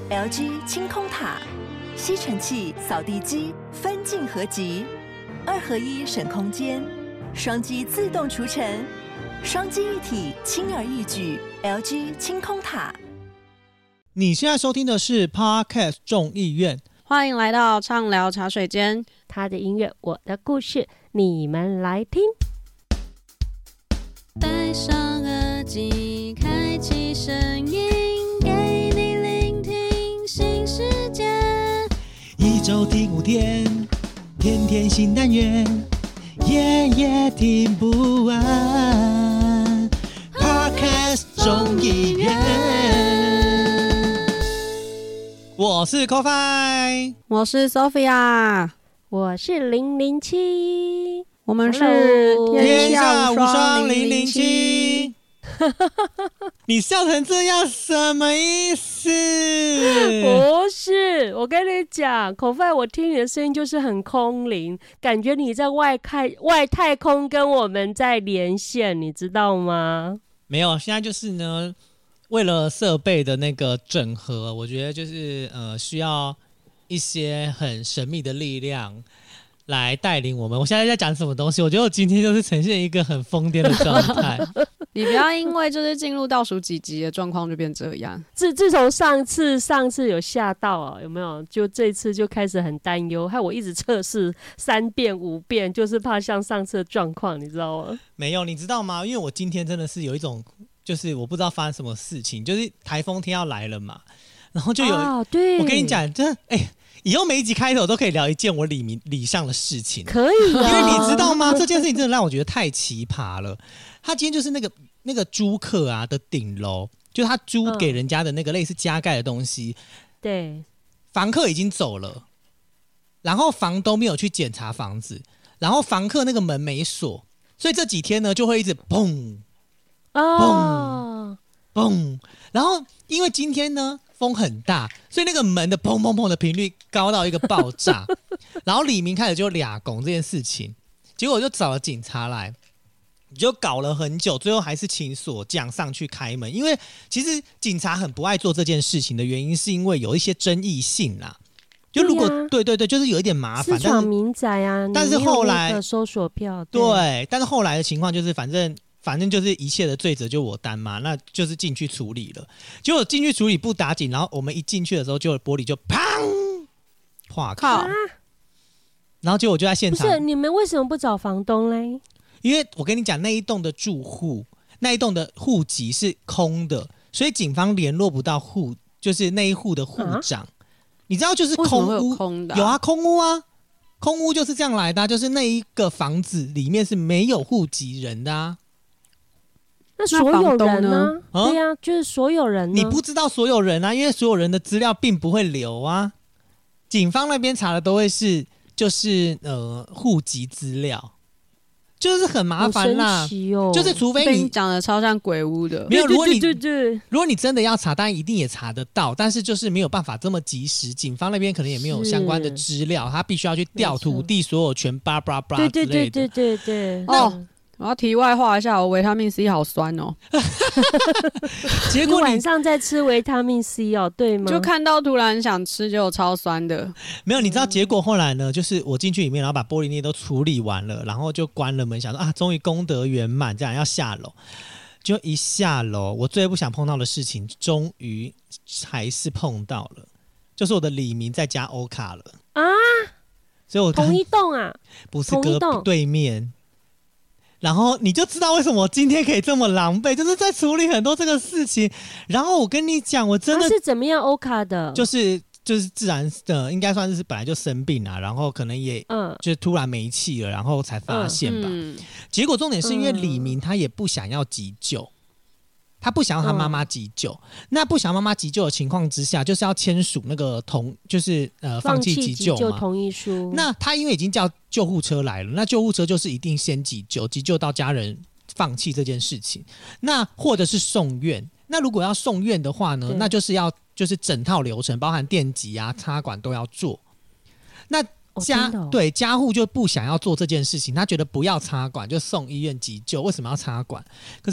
LG 清空塔，吸尘器、扫地机分镜合集，2合1省空间，双击自动除尘，双击一体轻而易举。LG 清空塔。 你现在收听的是 Podcast 众议院， 欢迎来到畅聊茶水间， 他的音乐，我的故事，你们来听。 戴上耳机，开启声音，给你聆听新世界。 一周听5天，天天新单元，夜夜听不完。Podcast 众议院，我是 Ko-Fi， 我是 Sophia， 我是007， 我们是天下无双007。你笑成这样什么意思？ 不是，我跟你讲，口饭，我听你的声音就是很空灵，感觉你在外太空跟我们在连线，你知道吗？ 没有，现在就是呢，为了设备的那个整合，我觉得就是需要一些很神秘的力量来带领我们。我现在在讲什么东西？我觉得我今天就是呈现一个很疯癫的状态。 你不要因为就是进入倒数几集的状况就变这样。 自从上次有吓到啊，有没有？就这次就开始很担忧，害我一直测试3遍5遍，就是怕像上次的状况，你知道吗？ 没有，你知道吗？因为我今天真的是有一种，就是我不知道发生什么事情，就是台风天要来了嘛，然后就有， 对， 我跟你讲，真的，以后每一集开头都可以聊一件我礼上的事情， 可以啊， 因为你知道吗？这件事情真的让我觉得太奇葩了。他今天就是那个租客啊的顶楼，就是他租给人家的那个类似加盖的东西， 对， 房客已经走了，然后房东没有去检查房子，然后房客那个门没锁，所以这几天呢就会一直砰砰砰，然后因为今天呢风很大，所以那个门的砰砰砰的频率高到一个爆炸，然后李明开始就俩拱这件事情，结果我就找了警察来，就搞了很久，最后还是请锁匠上去开门。因为其实警察很不爱做这件事情的原因，是因为有一些争议性啦。就如果对，就是有一点麻烦， 私闯民宅啊， 但是后来收索票， 对，但是后来的情况就是反正就是一切的罪责就我担嘛，那就是进去处理了。结果进去处理不打紧，然后我们一进去的时候，就玻璃就砰破开，然后结果我就在现场。 不是，你们为什么不找房东嘞？ 因为我跟你讲，那一栋的住户，那一栋的户籍是空的，所以警方联络不到就是那一户的户长。你知道，就是空屋，有啊，空屋啊，空屋就是这样来的就是那一个房子里面是没有户籍人的啊。 那所有人呢？对啊，就是所有人呢。 你不知道所有人啊，因为所有人的资料并不会留啊。警方那边查的都会是就是户籍资料。就是很麻烦啦，就是除非你讲的超像鬼屋的， 没有。如果你如果真的要查，当然一定也查得到，但是就是没有办法这么及时。警方那边可能也没有相关的资料，他必须要去调土地所有权，叭叭叭之类的。 对。 我要题外话一下，我维他命 C 好酸哦。 结果你晚上在吃维他命 C 哦，对吗？ 就看到突然想吃，就超酸的。 没有，你知道结果后来呢？就是我进去里面，然后把玻璃那些都处理完了，然后就关了门，想说终于功德圆满，这样要下楼。就一下楼，我最不想碰到的事情，终于还是碰到了，就是我的李明在家欧卡了啊！所以我同一栋啊， 不是对面。然后你就知道为什么我今天可以这么狼狈，就是在处理很多这个事情。然后我跟你讲，我真的是怎么样欧卡的？ 就是自然的，应该算是本来就生病啊，然后可能也就突然没气了，然后才发现吧。结果重点是因为李明他也不想要急救，他不想要他妈妈急救。那不想要妈妈急救的情况之下，就是要签署那个就是放弃急救嘛同意书。 那他因为已经叫救护车来了，那救护车就是一定先急救到家人放弃这件事情。那或者是送院。那如果要送院的话呢，那就是整套流程，包含电击啊、插管都要做。那对家户就不想要做这件事情，他觉得不要插管就送医院急救，为什么要插管？可是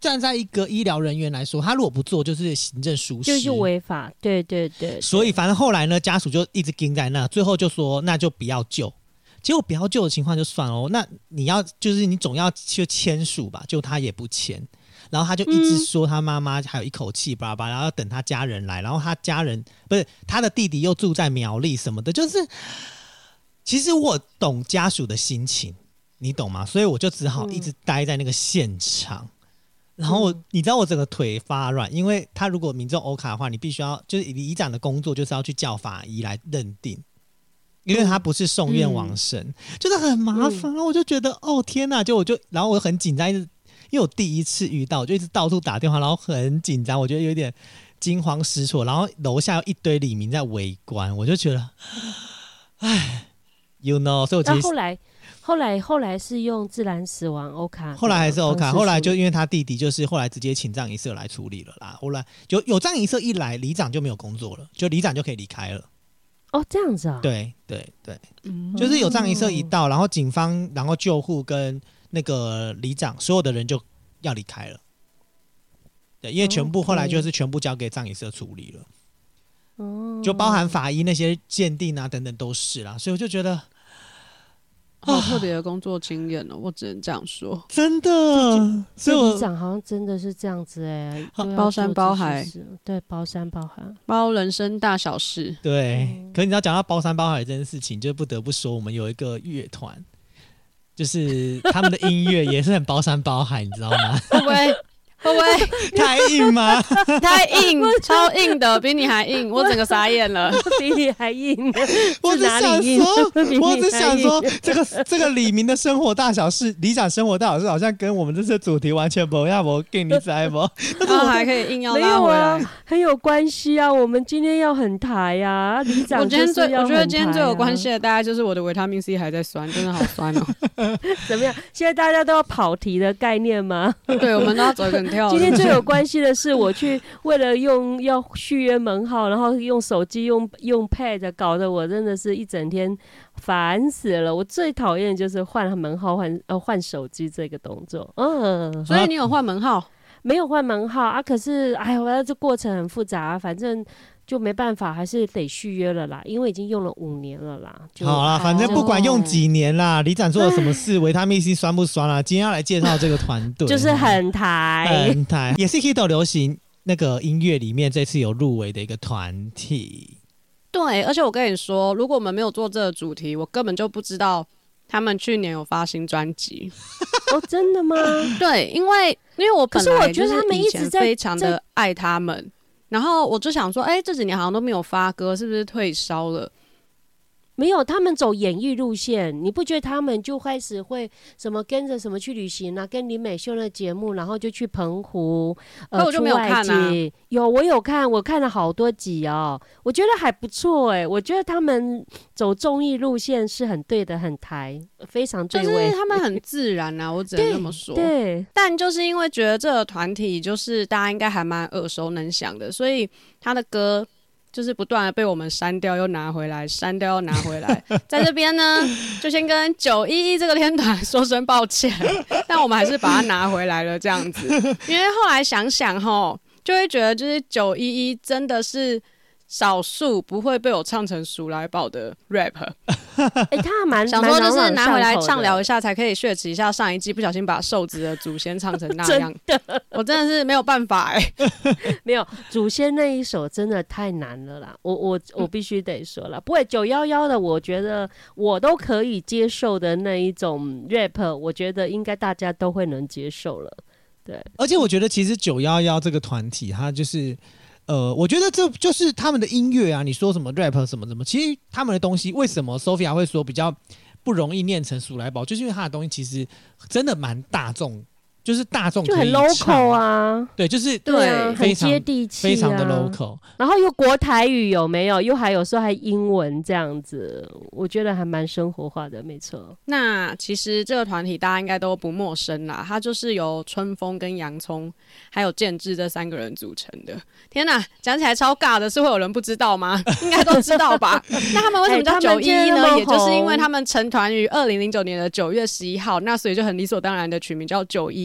站在一个医疗人员来说，他如果不做就是行政疏失， 就是违法。对对对， 所以反正后来呢，家属就一直盯在那，最后就说那就不要救。结果不要救的情况就算哦，那你要就是你总要去签署吧，就他也不签，然后他就一直说他妈妈还有一口气巴拉巴拉，然后要等他家人来，然后他家人不是他的弟弟又住在苗栗什么的，就是其实我懂家属的心情，你懂吗？所以我就只好一直待在那个现场。然后你知道我整个腿发软，因为他如果民众欧卡的话，你必须要就是里长的工作就是要去叫法医来认定。因为他不是送院往生，就是很麻烦。然后我就觉得哦天哪，然后我很紧张，因为我第一次遇到，我就一直到处打电话，然后很紧张，我觉得有点惊慌失措。然后楼下有一堆里民在围观，我就觉得，唉 ，you know， 所以我其实后来是用自然死亡欧卡， 后来还是欧卡，后来就因为他弟弟就是后来直接请葬仪社来处理了啦。后来有葬仪社一来，里长就没有工作了，就里长就可以离开了。 哦，这样子啊？ 对对对，就是有葬仪社一到，然后警方、然后救护跟那个里长，所有的人就要离开了。对，因为全部后来就是全部交给葬仪社处理了，就包含法医那些鉴定啊等等都是啦，所以我就觉得。 好特别的工作经验哦，我只能这样说。 真的，所以里长好像真的是这样子包山包海， 对，包山包海， 包人生大小事。 对，可是你知道讲到包山包海这件事情，就不得不说我们有一个乐团，就是他们的音乐也是很包山包海，你知道吗？ 会不会太硬吗？ 太硬，超硬的，比你还硬，我整个傻眼了， 比你还硬。 我只想说，这个里民的生活大小事，里长生活大小事，好像跟我们这次主题完全不一样，我给你知道不？ 然后还可以硬要拉回来， 没有啊，很有关系啊。我们今天要很台啊，里长就是要很台啊。 我觉得今天最有关系的大概就是我的维他命 C 还在酸，真的好酸哦。 怎么样？现在大家都要跑题的概念吗？ 对，我们都要走一个跳。 今天最有关系的是，我去为了要续约门号，然后用手机用 Pad， 搞得我真的是一整天烦死了。我最讨厌就是换门号换手机这个动作。 所以你有换门号？ 没有换门号啊，可是哎呀，这过程很复杂，反正就没办法，还是得续约了啦，因为已经用了5年了啦。 好啦，反正不管用几年啦，里长做了什么事，维他命 C 酸不酸啦？今天要来介绍这个团队， 就是很台， 也是 Hito 流行那个音乐里面这次有入围的一个团体。 对，而且我跟你说，如果我们没有做这个主题，我根本就不知道他们去年有发新专辑。 哦，真的吗？ 对，因为我本来就是他们一直在非常的爱他们。然后我就想说，这几年好像都没有发歌，是不是退烧了？ 没有，他们走演艺路线，你不觉得他们就开始会什么跟着什么去旅行啊，跟林美秀的节目，然后就去澎湖， 可我就没有看啊。 我有看，我看了好多集哦，我觉得还不错我觉得他们走综艺路线是很对的，很台，非常对味， 就是他们很自然啊，我只能这么说。 对， 但就是因为觉得这个团体就是大家应该还蛮耳熟能详的，所以他的歌就是不断的被我们删掉又拿回来，删掉又拿回来。在这边呢，就先跟911这个天团说声抱歉，但我们还是把它拿回来了这样子。因为后来想想齁，就会觉得就是911真的是少数不会被我唱成鼠来宝的 rap。 他蛮想说就是拿回来畅聊一下，才可以血耻一下上一季不小心把瘦子的祖先唱成那样。真的，我真的是没有办法没有祖先那一首真的太难了啦，我必须得说了。不过911的，我觉得我都可以接受的那一种 rap， 我觉得应该大家都会能接受了。对， 而且我觉得其实911这个团体，它就是。我觉得这就是他们的音乐啊，你说什么 rap 什么什么，其实他们的东西为什么 Sophia 会说比较不容易念成鼠来宝，就是因为他的东西其实真的蛮大众，就是大众可以唱， 就很 local 啊， 对，就是对啊，很接地气啊， 非常的 local， 然后又国台语有没有？又还有时候还英文这样子，我觉得还蛮生活化的，没错。 那其实这个团体大家应该都不陌生啦，它就是由春风跟洋葱还有建志这3个人组成的。天哪，讲起来超尬的，是会有人不知道吗？应该都知道吧？那他们为什么叫911呢？也就是因为他们成团于2009年的9月11号，那所以就很理所当然的取名叫911。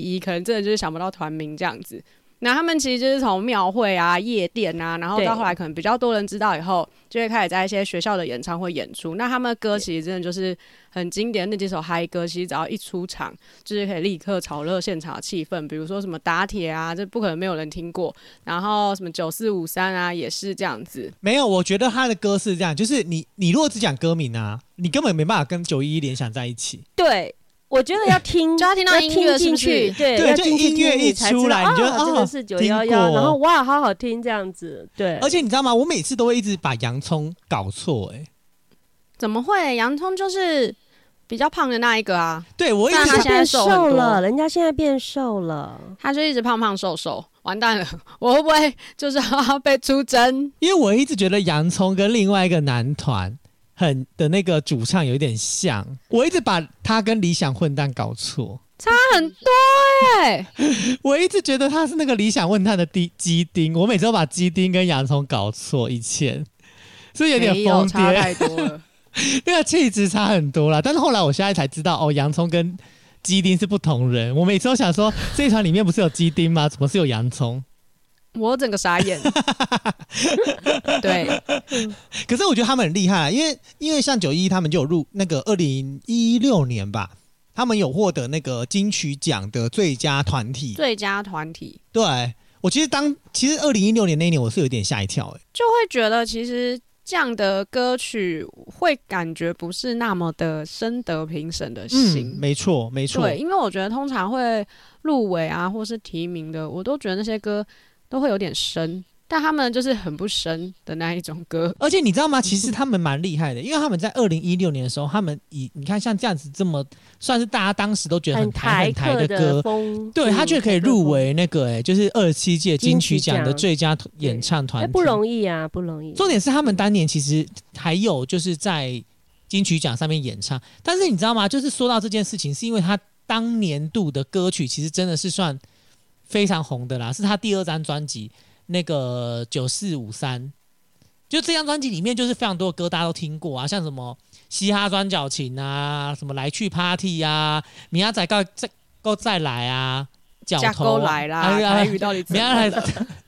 一，可能真的就是想不到团名这样子。那他们其实就是从庙会啊、夜店啊，然后到后来可能比较多人知道以后，就会开始在一些学校的演唱会演出。那他们的歌其实真的就是很经典的那几首嗨歌，其实只要一出场，就是可以立刻炒热现场的气氛。比如说什么打铁啊，这不可能没有人听过。然后什么9453啊，也是这样子。 没有，我觉得他的歌是这样，就是你如果只讲歌名啊，你根本没办法跟911联想在一起。 对。我觉得要听， 就要听到音乐进去，对， 就音乐一出来，你就真的是911，然后哇，好好听这样子，对。 而且你知道吗？我每次都会一直把洋葱搞错， 怎么会？洋葱就是比较胖的那一个啊。 对，我一直他现在瘦了，人家现在变瘦了， 他就一直胖胖瘦瘦，完蛋了，我会不会就是要被出征？ 因为我一直觉得洋葱跟另外一个男团的那个主唱有一点像，我一直把他跟理想混蛋搞错， 差很多我一直觉得他是那个理想混蛋的鸡丁，我每次都把鸡丁跟洋葱搞错，以前所以有点疯癫， 差太多了， 那个气质差很多啦。但是后来我现在才知道，哦，洋葱跟鸡丁是不同人。我每次都想说，这一团里面不是有鸡丁吗？怎么是有洋葱？ 我整个傻眼。对， 可是我觉得他们很厉害，因为像911他们就有入那个2016年吧，他们有获得那个金曲奖的最佳团体。 最佳团体， 对，我其实2016年那一年我是有点吓一跳， 就会觉得其实这样的歌曲会感觉不是那么的深得评审的心。 没错没错。 对，因为我觉得通常会入围啊或是提名的，我都觉得那些歌都会有点深，但他们就是很不深的那一种歌。 而且你知道吗？其实他们蛮厉害的，因为他们在2016年的时候，他们你看像这样子这么算是大家当时都觉得很台的歌，对，他却可以入围那个就是27届金曲奖的最佳演唱团体， 不容易啊，不容易。 重点是他们当年其实还有就是在金曲奖上面演唱，但是你知道吗？就是说到这件事情，是因为他当年度的歌曲其实真的是算非常红的啦，是他第2张专辑那个9453，就这张专辑里面就是非常多的歌大家都听过啊，像什么嘻哈专角琴啊，什么来去 Party 啊，明仔载再来啊，角头来啦，台语到底怎么了？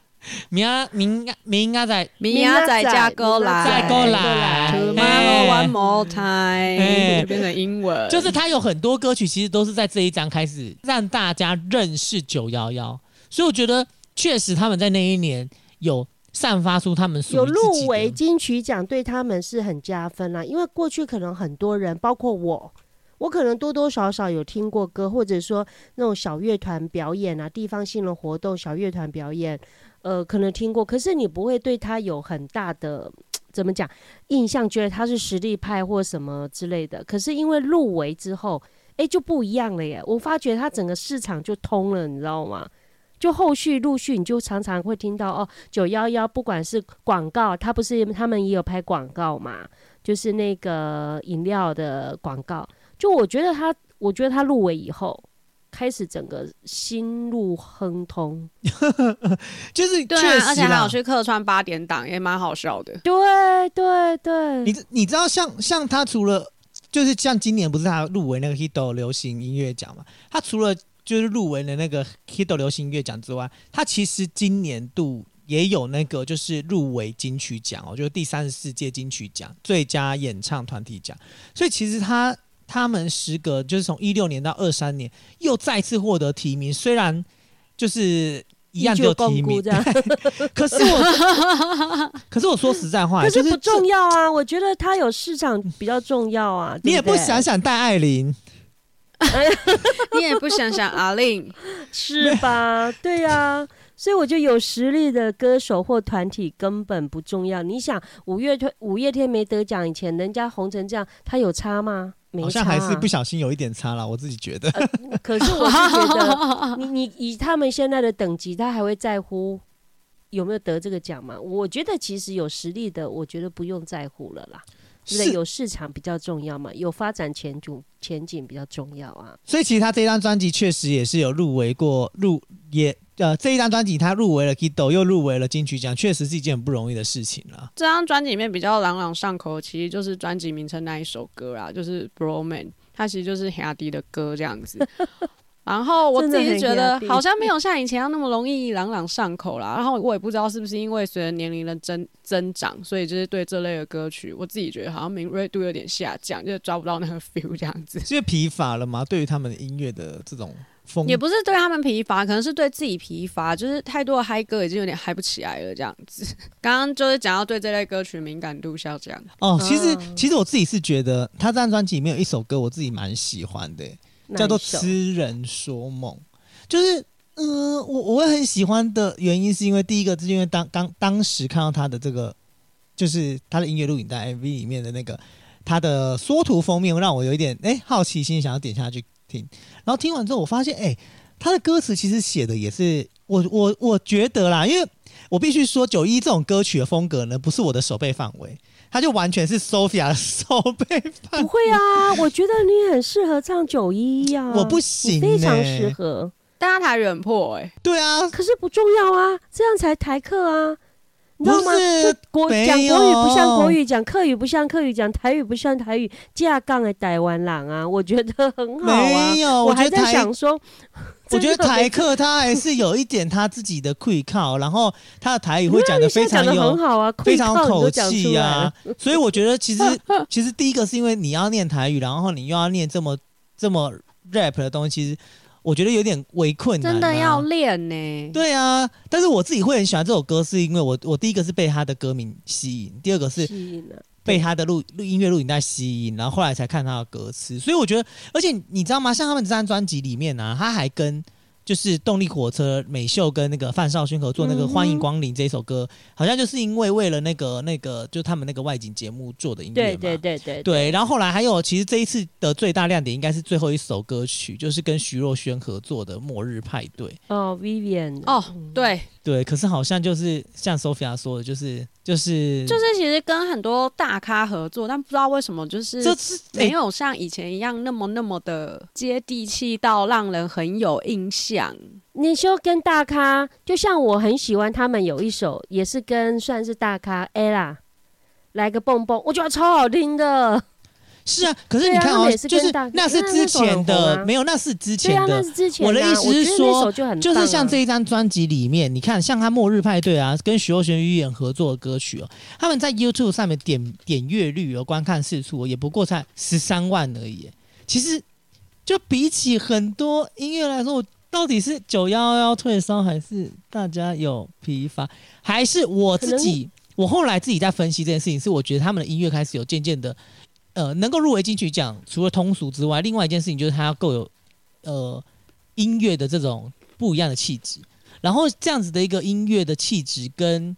明仔载加过来，Tomorrow one more time，就变成英文。 就是他有很多歌曲其实都是在这一张开始让大家认识911，所以我觉得确实他们在那一年有散发出他们属于自己的， 有入围金曲奖，对他们是很加分啦。因为过去可能很多人，包括我可能多多少少有听过歌，或者说那种小乐团表演啊，地方性的活动小乐团表演，可能听过，可是你不会对他有很大的怎么讲印象，觉得他是实力派或什么之类的。可是因为入围之后，就不一样了耶！我发觉他整个市场就通了，你知道吗？就后续陆续你就常常会听到911不管是广告，他们也有拍广告嘛，就是那个饮料的广告。就我觉得他入围以后，开始整个心路亨通， 就是对啊，而且还有去客串8点档，也蛮好笑的。 对对对， 你知道像他除了就是像今年不是他入围那个 Hito 流行音乐奖嘛？他除了就是入围了那个 Hito 流行音乐奖之外，他其实今年度也有那个就是入围金曲奖就是第34届金曲奖最佳演唱团体奖，所以其实他们时隔就是从16年到23年又再次获得提名，虽然就是一样只有提名，可是我说实在话， 可是不重要啊，我觉得他有市场比较重要啊。 你也不想想戴爱玲， 你也不想想阿令， 是吧？对啊。所以我觉得有实力的歌手或团体根本不重要。你想五月天没得奖以前，人家红成这样，他有差吗？没差啊， 好像还是不小心有一点差啦，我自己觉得。 可是我是觉得，你以他们现在的等级，他还会在乎有没有得这个奖吗？我觉得其实有实力的，我觉得不用在乎了啦。对不对？有市场比较重要嘛，有发展前景比较重要啊。 所以其实他这张专辑确实也是有入围过，这一张专辑他入围了 Hito 又入围了金曲奖，确实是一件很不容易的事情啦。 这张专辑里面比较朗朗上口的，其实就是专辑名称那一首歌啦，就是 Broman， 它其实就是兄弟的歌这样子。 然后我自己是觉得好像没有像以前要那么容易朗朗上口啦。然后我也不知道是不是因为随着年龄的增长，所以就是对这类的歌曲，我自己觉得好像敏锐度有点下降，就是抓不到那个 feel 这样子。 是因为疲乏了吗？对于他们的音乐的这种风， 也不是对他们疲乏，可能是对自己疲乏，就是太多的嗨歌已经有点嗨不起来了这样子。刚刚就是讲到对这类歌曲敏感度下降。 其实我自己是觉得他这张专辑里面有一首歌我自己蛮喜欢的，叫做《痴人说梦》，就是我会很喜欢的原因是因为第一个是因为当时看到他的这个就是他的音乐录影带 MV 里面的那个他的缩图封面，让我有一点好奇心，想要点下去听。然后听完之后，我发现他的歌词其实写的也是我觉得啦，因为我必须说91这种歌曲的风格呢，不是我的手背范围。他就完全是 Sophia 的手背范围。 不会啊，我觉得你很适合唱91啊， 我不行， 你非常适合。 但他台语很破对啊， 可是不重要啊，这样才台客啊，你知道吗？就讲国语不像国语，讲客语不像客语，讲台语不像台语，架杠的台湾人啊，我觉得很好啊。 没有， 我还在想说。 我觉得台客他还是有一点他自己的愧靠，然后他的台语会讲得非常有很好啊， 非常口气啊，所以我觉得其实第一个是因为你要念台语，然后你又要念这么 rap 的东西，其实我觉得有点微困难， 真的要练呢。 对啊，但是我自己会很喜欢这首歌，是因为我第一个是被他的歌名吸引，第二个是被他的音乐录影带吸引，然后后来才看他的歌词，所以我觉得，而且你知道吗？像他们这张专辑里面啊，他还跟就是动力火车美秀跟那个范少勋合作那个《欢迎光临》这首歌，好像就是因为了那个就他们那个外景节目做的音乐嘛，对。然后后来还有，其实这一次的最大亮点应该是最后一首歌曲，就是跟徐若瑄合作的《末日派对》 Vivian 对， 可是好像就是像 Sophia 说的，就是其实跟很多大咖合作，但不知道为什么就是没有像以前一样那么的接地气到让人很有印象。 你说跟大咖，就像我很喜欢他们有一首也是跟算是大咖 Ella 来个蹦蹦，我觉得超好听的。 是啊，可是你看就是那是之前的，没有，那是之前的。 对啊，那是之前的。 我的意思是说，就是像这一张专辑里面，你看像他《末日派对》啊，跟徐若瑄、于演合作的歌曲他们在 YouTube 上面点阅率观看次数也不过才13万而已。其实就比起很多音乐来说，我到底是911退烧，还是大家有疲乏，还是我后来自己在分析这件事情，是我觉得他们的音乐开始有渐渐的。能够入围金曲奖，除了通俗之外，另外一件事情就是它要够有音乐的这种不一样的气质。然后这样子的一个音乐的气质跟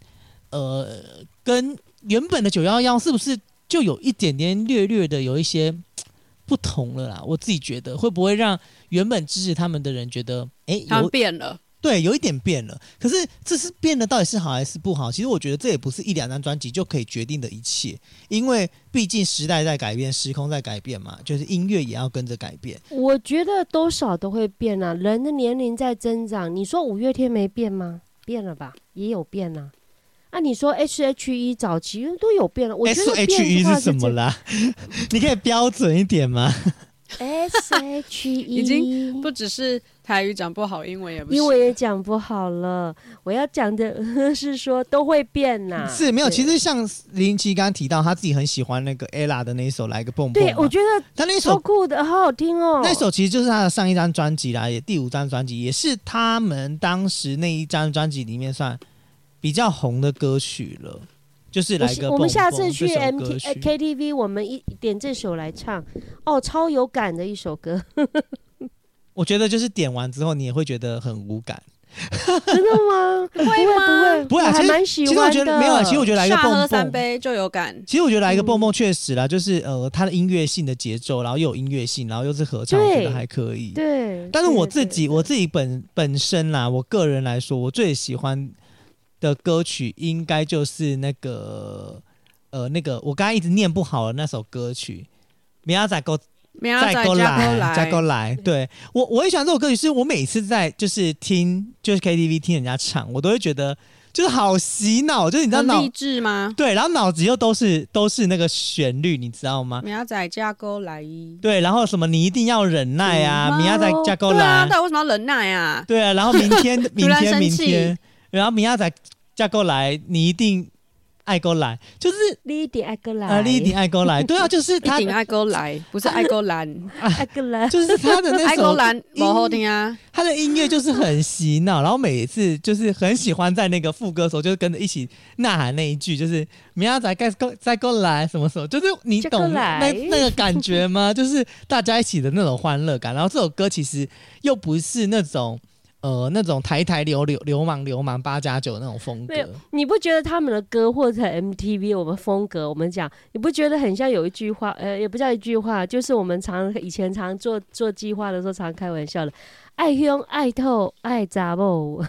原本的911是不是就有一点点略的有一些不同了啦？我自己觉得会不会让原本支持他们的人觉得， 他们变了。 对，有一点变了，可是这是变了，到底是好还是不好？其实我觉得这也不是1-2张专辑就可以决定的一切，因为毕竟时代在改变，时空在改变嘛，就是音乐也要跟着改变。 我觉得多少都会变啊，人的年龄在增长。你说5月天没变吗？变了吧，也有变啊。啊，你说 SHE 早期都有变了，我觉得 SHE 是什么啦？你可以标准一点吗 ？SHE 已经不只是台语讲不好，英文也不行， 英文也讲不好了。我要讲的是说都会变呐， 是没有。其实像007刚刚提到，他自己很喜欢那个 Ella 的那一首《来个蹦蹦》， 对我觉得他那首超酷的，好好听哦。 那首其实就是他的上一张专辑啦，也第5张专辑，也是他们当时那一张专辑里面算比较红的歌曲了。就是来个蹦蹦， 我们下次去 KTV 我们点这首来唱，超有感的一首歌。 我觉得就是点完之后你也会觉得很无感。 真的吗？ 会吗？ 不会， 我还蛮喜欢的。 其实我觉得没有，其实我觉得来个蹦蹦， 喝3杯就有感。 其实我觉得来个蹦蹦确实啦，就是它的音乐性的节奏，然后又有音乐性，然后又是合唱，我觉得还可以。 对。 但是我自己本身啦，我个人来说，我最喜欢的歌曲应该就是那个我刚才一直念不好的那首歌曲，明仔载再过来。对，我也喜欢这首歌曲，是我每次在就是听就是 KTV 听人家唱，我都会觉得就是好洗脑，就是你知道很励志吗？ 对，然后脑子又都是那个旋律，你知道吗？ 明仔架构来， 对，然后什么你一定要忍耐啊，明仔架构来， 对啊，到底为什么要忍耐啊？ 对啊，然后明天，然后明仔架构来，你一定爱过来，就是你一定爱过来， 你一定爱过来，对啊，就是他一定爱过来，不是爱过兰， 爱过来， 就是他的那爱首过兰不好听啊。 他的音乐就是很洗脑，然后每次就是很喜欢在那个副歌的时候，就是跟着一起呐喊那一句，就是明仔再过来什么时候，就是你懂那个感觉吗？就是大家一起的那种欢乐感。然后这首歌其实又不是那种台流氓8+9那种风格。 你不觉得他们的歌或者 MTV 我们风格，我们讲，你不觉得很像有一句话，也不叫一句话，就是我们以前常做计划的时候常开玩笑的，爱凶爱透爱查某。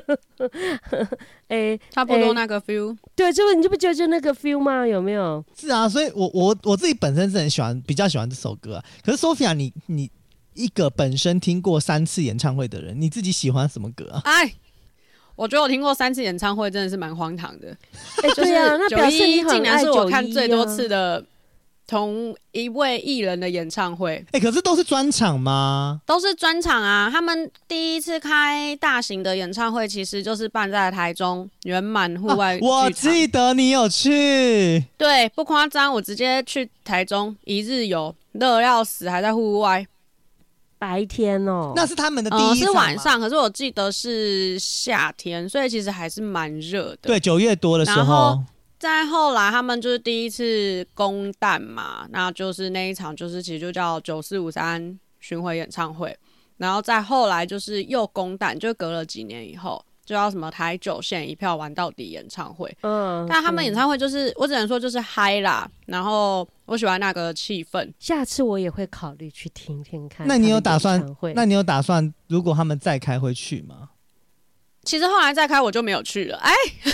差不多那个 feel。 对，你就不觉得就那个 feel 吗？有没有？ 是啊，所以我自己本身是比较喜欢这首歌啊。可是 Sophia， 你一个本身听过3次演唱会的人，你自己喜欢什么歌啊？ 我觉得我听过3次演唱会真的是蛮荒唐的。 对啊，那表示你很爱竟然是我看最多次的同一位艺人的演唱会。 可是都是专场吗？ 都是专场啊！他们第一次开大型的演唱会，其实就是办在台中圆满户外剧场。 我记得你有去， 对，不夸张，我直接去台中1日游，热要死，还在户外。 白天哦， 那是他们的第一场是晚上，可是我记得是夏天，所以其实还是蛮热的。 对，9月多的时候。 然后再后来，他们就是第一次公蛋嘛，那就是那一场，就是其实就叫9453巡回演唱会。然后再后来就是又公蛋，就隔了几年以后，就要什么台9线一票玩到底演唱会。但他们演唱会就是我只能说就是嗨啦，然后我喜欢那个气氛。 下次我也会考虑去听听看。 那你有打算如果他们再开会去吗？ 其实后来再开我就没有去了，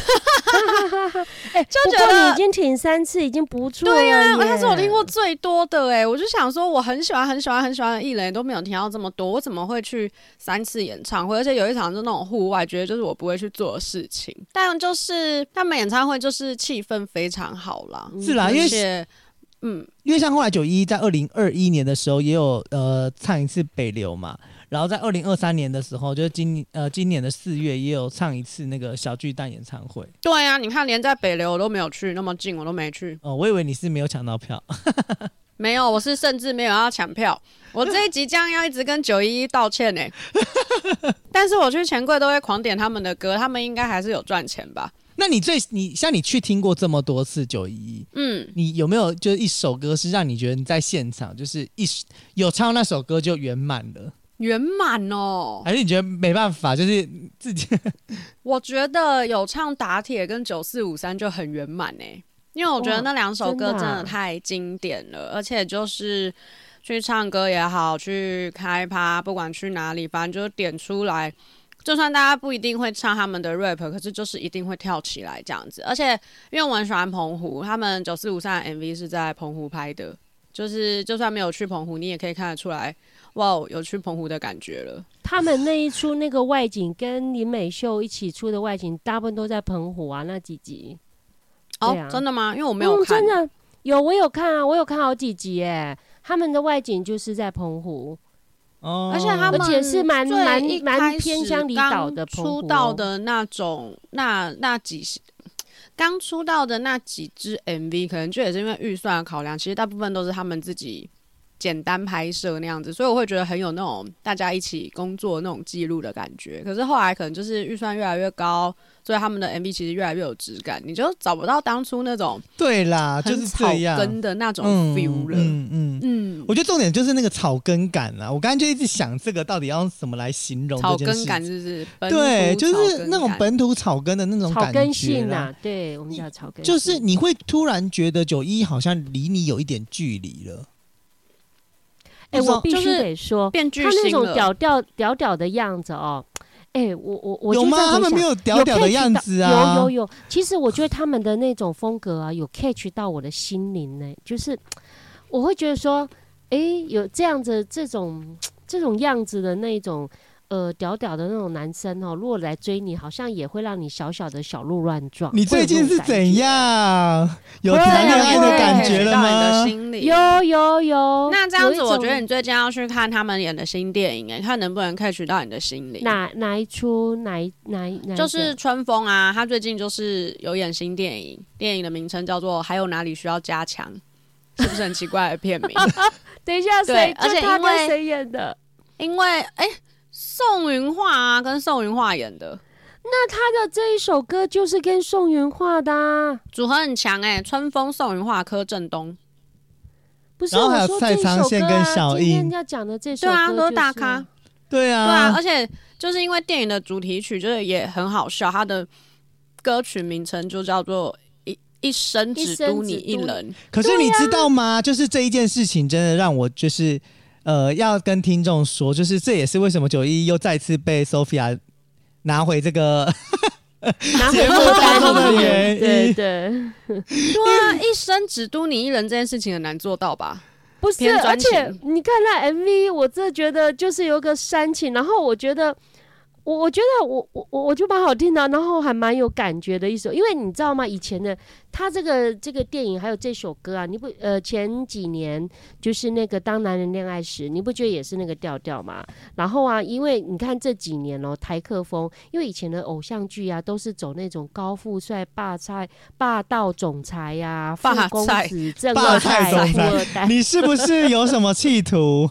就觉得你已经挺3次，已经不错了。 对啊，那是我听过最多的我就想说，我很喜欢的艺人都没有听到这么多，我怎么会去3次演唱会？而且有一场是那种户外，觉得就是我不会去做的事情。但就是他们演唱会就是气氛非常好啦， 是啦，因为像后来911在2021年的时候也有唱一次北流嘛。然后在2023年的时候，就是今年的4月也有唱一次那个小巨蛋演唱会。 对啊，你看连在北流我都没有去，那么近我都没去。 我以为你是没有抢到票。 没有，我是甚至没有要抢票。我这一集将要一直跟911道歉但是我去钱柜都会狂点他们的歌，他们应该还是有赚钱吧。 那你像你去听过这么多次911，你有没有就是一首歌是让你觉得你在现场就是有唱那首歌就圆满了？ 圆满哦， 还是你觉得没办法，就是自己？ 我觉得有唱打铁跟9453就很圆满因为我觉得那2首歌真的太经典了，而且就是去唱歌也好，去开趴，不管去哪里，反正就是点出来。就算大家不一定会唱他们的 rap， 可是就是一定会跳起来这样子。而且因为我很喜欢澎湖，他们9453的 MV 是在澎湖拍的，就是就算没有去澎湖，你也可以看得出来。哇，有去澎湖的感觉了。 他们那一出那个外景跟林美秀一起出的外景，大部分都在澎湖啊，那几集。 真的吗？因为我没有看。 真的有，我有看啊，我有看好几集他们的外景就是在澎湖。 而且他们而且是蛮偏乡离岛的澎湖。 出道的那种刚出道的那几支 MV， 可能就也是因为预算的考量，其实大部分都是他们自己简单拍摄那样子，所以我会觉得很有那种大家一起工作那种记录的感觉。可是后来可能就是预算越来越高，所以他们的 MV 其实越来越有质感，你就找不到当初那种对啦，就是这样很草根的那种 feel 了。 我觉得重点就是那个草根感啦。我刚才就一直想这个到底要用什么来形容这件事情。 草根感就是对，就是那种本土草根的那种感觉， 草根性啊，对，我们叫草根性。 就是你会突然觉得911好像离你有一点距离了。 我必须得说， 变巨星他那种屌屌的样子我有吗？他们没有屌屌的样子啊。 有。其实我觉得他们的那种风格啊，有 catch 到我的心灵就是我会觉得说，有这样子这种样子的那种屌屌的那种男生哦，如果来追你，好像也会让你小小的小鹿乱撞。 你最近是怎样？有谈恋爱的感觉了吗？ 有。 那这样子，我觉得你最近要去看他们演的新电影，看能不能catch到你的心灵。 哪一出？哪一就是春风啊，他最近就是有演新电影，电影的名称叫做《还有哪里需要加强》，是不是很奇怪的片名？ 等一下， 对，而且他跟谁演的？ 因为宋云桦啊，跟宋云桦演的。 那他的这一首歌就是跟宋云桦的啊， 组合很强春风、宋云桦、柯震东。 不是， 然后还有蔡昌宪跟小英， 今天要讲的这首歌、 对啊，都是大咖。 对啊， 对啊，而且就是因为电影的主题曲就是也很好笑，它的歌曲名称就叫做一生只嘟你一人。 可是你知道吗？就是这一件事情真的让我就是要跟听众说，就是这也是为什么911又再次被 Sophia 拿回这个节目当中的原因。 对啊，一生只嘟你一人这件事情很难做到吧？ 不是，而且你看那 MV， 我真的觉得就是有个煽情，然后我觉得我就蛮好听的，然后还蛮有感觉的一首，因为你知道吗？以前的他这个电影还有这首歌啊，你不前几年就是那个当男人恋爱时，你不觉得也是那个调调吗？然后啊，因为你看这几年台客风，因为以前的偶像剧啊都是走那种高富帅、霸道总裁呀、富公子、正二代、富二代， 你是不是有什么企图？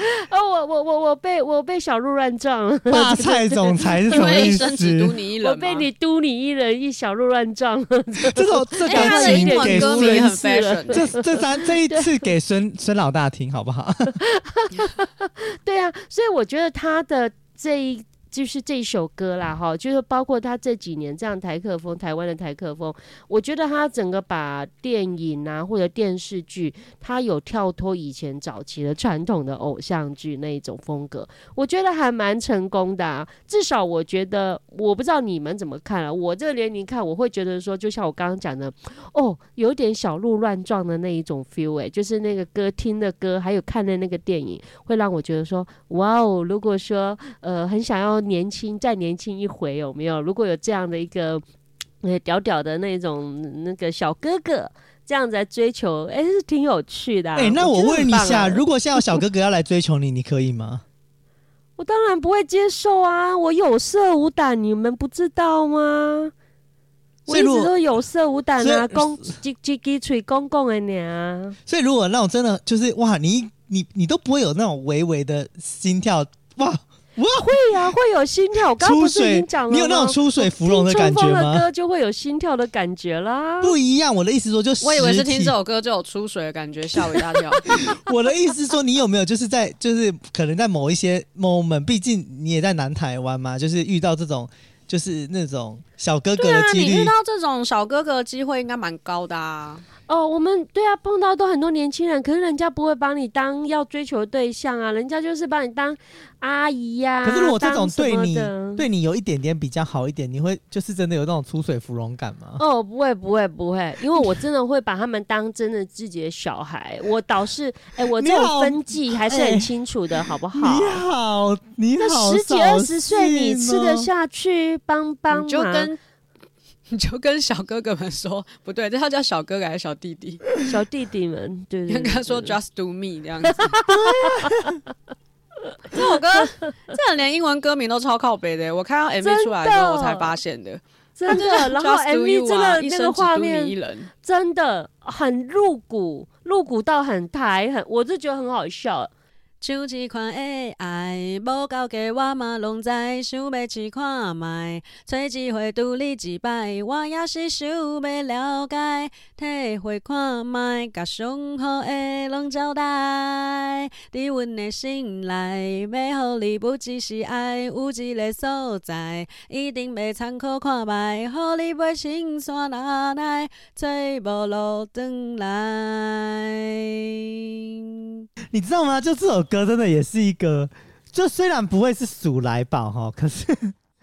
我被小鹿乱撞了。 霸菜总裁是什么意思？ 我被你嘟你一人，一小鹿乱撞了。 这感情给这一次给孙老大听好不好？ 对啊，所以我觉得他的就是这一首歌啦，就是包括他这几年这样台湾的台客风，我觉得他整个把电影啊或者电视剧，他有跳脱以前早期的传统的偶像剧那一种风格，我觉得还蛮成功的啊。至少我觉得，我不知道你们怎么看啊，我这个年龄看，我会觉得说，就像我刚刚讲的，有点小鹿乱撞的那一种 feel，就是那个歌听的歌，还有看的那个电影，会让我觉得说，哇哦，如果说很想要再年轻一回，有没有？如果有这样的一个屌屌的那种那个小哥哥这样子来追求，是挺有趣的那我问一下，如果现在有小哥哥要来追求你，你可以吗？ 我当然不会接受啊！我有色无胆，你们不知道吗？我一直都有色无胆啊，鸡嘴公公的呢。 所以如果那种真的就是哇，你都不会有那种微微的心跳哇。 会啊，会有心跳。我刚刚不是已经讲了吗？ 你有那种出水芙蓉的感觉吗？ 听春风的歌就会有心跳的感觉啦。 不一样，我的意思说就是我以为是听这首歌就有出水的感觉，吓我一大跳。 我的意思说，你有没有就是可能在某一些 moment， 毕竟你也在南台湾嘛，就是遇到这种就是那种小哥哥的几率， 你遇到这种小哥哥的机会应该蛮高的啊。 我们对啊，碰到都很多年轻人，可是人家不会把你当要追求的对象啊，人家就是把你当阿姨呀。 可是如果这种对你有一点点比较好一点，你会就是真的有那种出水芙蓉感吗？ 不会，因为我真的会把他们当真的自己的小孩。我倒是我这种分际还是很清楚的，好不好？ 你好， 那10几20岁你吃得下去？帮忙。 你就跟小哥哥们说，不对，这要叫小哥哥还是小弟弟？ 小弟弟们，对， 跟他说 "Just do me" 这样子。这首歌，这连英文歌名都超靠北的。我看到 MV 出来之后，我才发现的。 真的，然后 MV 真的那个画面真的很露骨到很台，我就觉得很好笑。 像这款的爱，无够格我嘛拢知，想要试看卖，找机会拄你一摆，我也是想要了解，体会看卖，甲上好的拢交代。伫阮的心内，要予你不只是爱，有一个所在，一定要参考看卖，予你袂心酸哪奈，找无路转来。 你知道吗？就这首歌真的也是一个，就虽然不会是数来宝哈，可是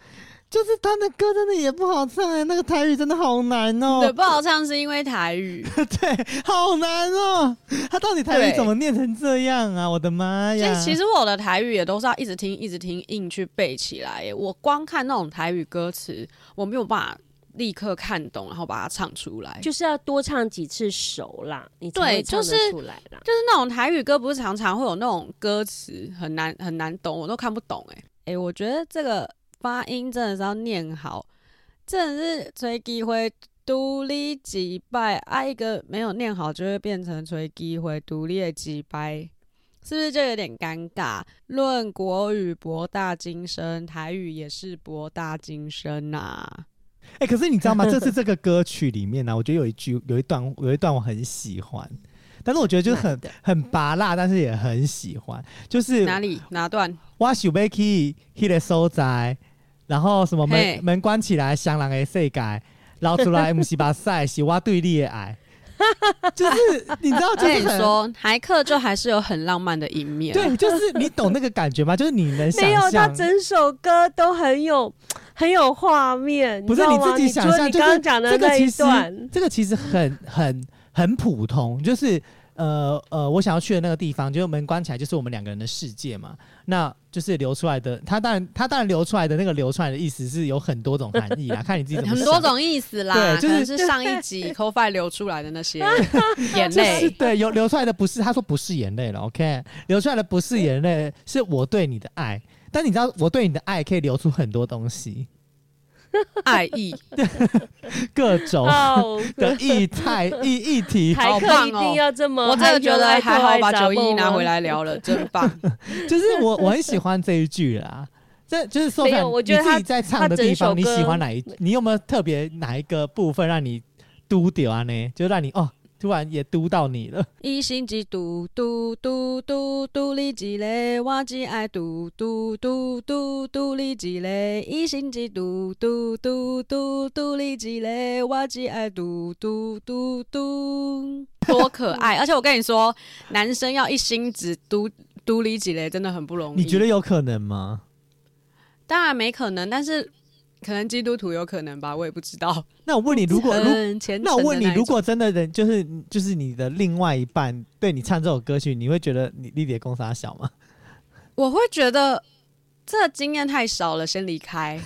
就是他的歌真的也不好唱那个台语真的好难哦。 对，不好唱是因为台语。 对，好难哦。他到底台语怎么念成这样啊？我的妈呀！ 所以其实我的台语也都是要一直听一直听，硬去背起来耶。我光看那种台语歌词，我没有办法立刻看懂，然后把它唱出来。 就是要多唱几次熟啦，你才会唱得出来啦。 就是那种台语歌，不是常常会有那种歌词很难懂，我都看不懂我觉得这个发音真的是要念好，真的是吹机会独立击败一个没有念好就会变成吹机会独立的击败，是不是就有点尴尬？论国语博大精深，台语也是博大精深啊。 可是你知道吗？这是这个歌曲里面呢，我觉得有一段我很喜欢，但是我觉得就是很拔辣，但是也很喜欢。就是哪段？ 我想要去那个所在，然后什么门关起来，双人的世界，捞出来不是目屎，是我对你的爱。就是你知道，就是跟你说，台客就还是有很浪漫的一面。 对，就是你懂那个感觉吗？就是你能想象， 没有，他整首歌都很有画面， 不是你自己想象， 你刚刚讲的那一段， 这个其实很普通，就是我想要去的那个地方，就是门关起来，就是我们两个人的世界嘛。那就是流出来的，他当然流出来的那个流出来的意思是有很多种含义啦，看你自己怎么想。 很多种意思啦， 对，就是可能是上一集 Ko-Fi 流出来的那些眼泪， 就是对，流出来的不是，他说不是眼泪了 ，OK， 流出来的不是眼泪，是我对你的爱。但你知道，我对你的爱可以流出很多东西。 爱意各种的议题， 台客一定要这么， 我真的觉得还好把911拿回来聊了，真棒。 就是我很喜欢这一句啦，这就是说， 我觉得你自己在唱的地方，你喜欢哪一？你有没有特别哪一个部分让你嘟掉啊？呢，就让你突然也嘟到你了。 一心只嘟嘟嘟嘟嘟你一个，我只爱嘟嘟嘟嘟嘟你一个。一心只嘟嘟嘟嘟嘟你一个，我只爱嘟嘟嘟嘟。多可爱！而且我跟你说，男生要一心只嘟你一个，真的很不容易。 你觉得有可能吗？ 当然没可能，但是可能基督徒有可能吧，我也不知道。 那我问你，如果真的人就是你的另外一半对你唱这首歌曲，你会觉得你的公司小吗？ 我会觉得这个经验太少了，先离开。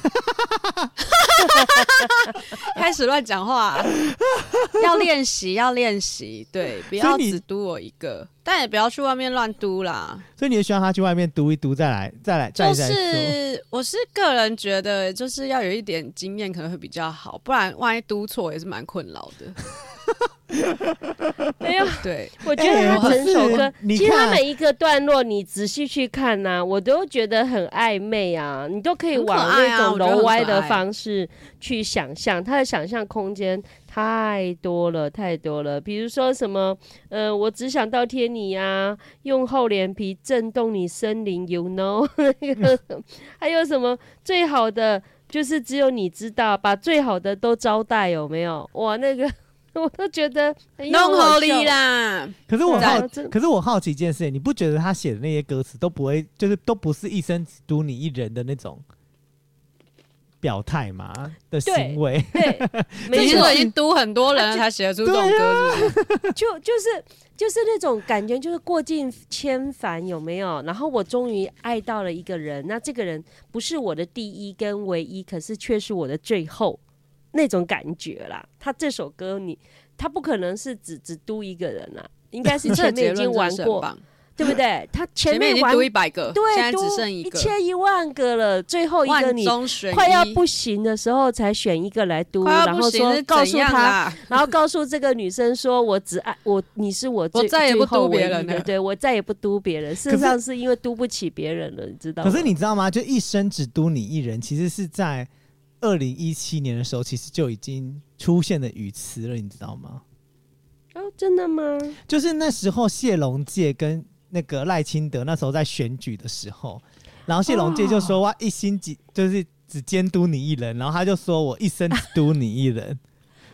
开始乱讲话，要练习，对，不要只嘟我一个，但也不要去外面乱嘟啦。 所以你也希望他去外面嘟一嘟，再来就是我是个人觉得，就是要有一点经验可能会比较好，不然万一嘟错也是蛮困扰的。 没有， 对， 我觉得他整首歌，其实他每一个段落，你仔细去看啊，我都觉得很暧昧啊，你都可以往那种柔歪的方式去想象，他的想象空间太多了。比如说什么，我只想倒贴你啊，用厚脸皮震动你森林 ，you know， 还有什么最好的就是只有你知道，把最好的都招待，有没有？哇，那个。我都觉得弄好你啦。 可是我好奇一件事，你不觉得他写的那些歌词都不会，就是都不是一生只嘟你一人的那种表态嘛的行为？ 对， 没错，已经嘟很多人了才写得出这种歌是不是？ 就是那种感觉，就是过尽千帆，有没有？然后我终于爱到了一个人，那这个人不是我的第一跟唯一，可是却是我的最后。那种感觉啦，他这首歌他不可能是只嘟一个人啦，应该是前面已经玩过，对不对？他前面已经嘟100个， 对， 现在只剩一个 ，1000、10000个了，最后一个你快要不行的时候才选一个来嘟，然后说告诉他，然后告诉这个女生说，我只爱我，你是我再也不嘟别人了， 对，我再也不嘟别人。事实上是因为嘟不起别人了，你知道吗？ 可是你知道吗？就一生只嘟你一人，其实是在2017年的时候，其实就已经出现的语词了，你知道吗？ 真的吗？ 就是那时候谢龙介跟那个赖清德那时候在选举的时候，然后谢龙介就说哇，一心就是只监督你一人，然后他就说我一生只督你一人。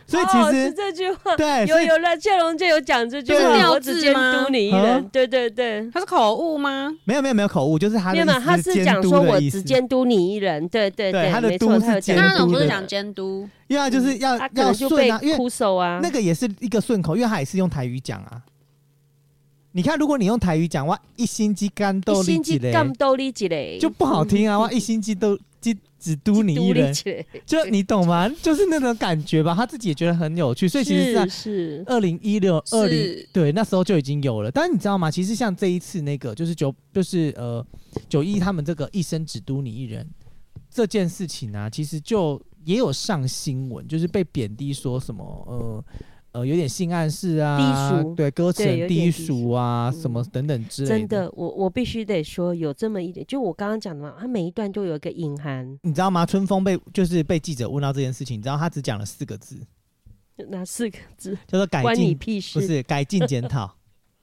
所以其实、 是这句话， 对， 有了，谢龙介有讲这句话，我只监督你一人，对对对， 他是口误吗？ 没有口误，就是他的意思， 他是讲说我只监督你一人，对对对，他的督是监督的， 那种不是讲监督， 因为他就是要顺啊，因为哭手啊， 那个也是一个顺口，因为他也是用台语讲啊。你看，如果你用台语讲，哇，一心机干豆力几嘞，就不好听啊！哇，一心机都只督你一人，就你懂吗？就是那种感觉吧。他自己也觉得很有趣，所以其实是2016、20对那时候就已经有了。但是你知道吗？其实像这一次那个就是911他们这个一生只督你一人这件事情啊，其实就也有上新闻，就是被贬低说什么有点性暗示啊， 低俗， 对，歌词很低俗啊，什么等等之类的。 真的，我必须得说，有这么一点，就我刚刚讲的嘛，他每一段都有一个隐含。 你知道吗？春风被记者问到这件事情，你知道他只讲了4个字， 哪4个字？ 叫做改进， 关你屁事？ 不是改进检讨。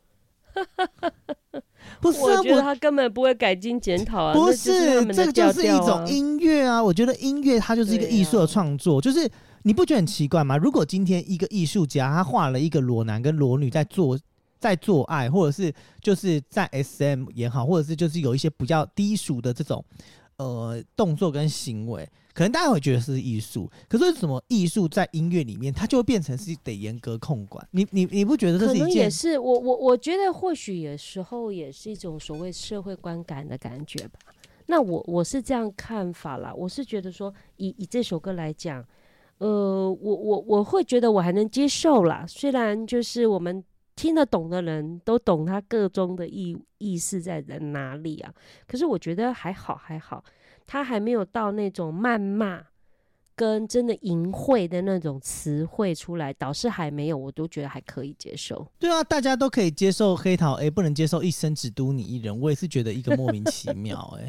不是、啊， 我觉得他根本不会改进检讨啊！ 不是， 这个就是一种音乐啊！我觉得音乐它就是一个艺术的创作，就是你不觉得很奇怪吗？如果今天一个艺术家他画了一个裸男跟裸女在做爱，或者是就是在 SM 也好，或者是就是有一些比较低俗的这种动作跟行为，可能大家会觉得是艺术，可是为什么艺术在音乐里面它就会变成是得严格控管？你不觉得这是一件？ 可能也是我觉得或许有时候也是一种所谓社会观感的感觉吧。那我是这样看法啦，我是觉得说以这首歌来讲，我会觉得我还能接受啦，虽然就是我们听得懂的人都懂他个中的意思在哪里啊，可是我觉得还好，他还没有到那种谩骂跟真的淫秽的那种词汇出来，导师还没有，我都觉得还可以接受。 对啊，大家都可以接受黑桃 A， 不能接受一生只督你一人，我也是觉得一个莫名其妙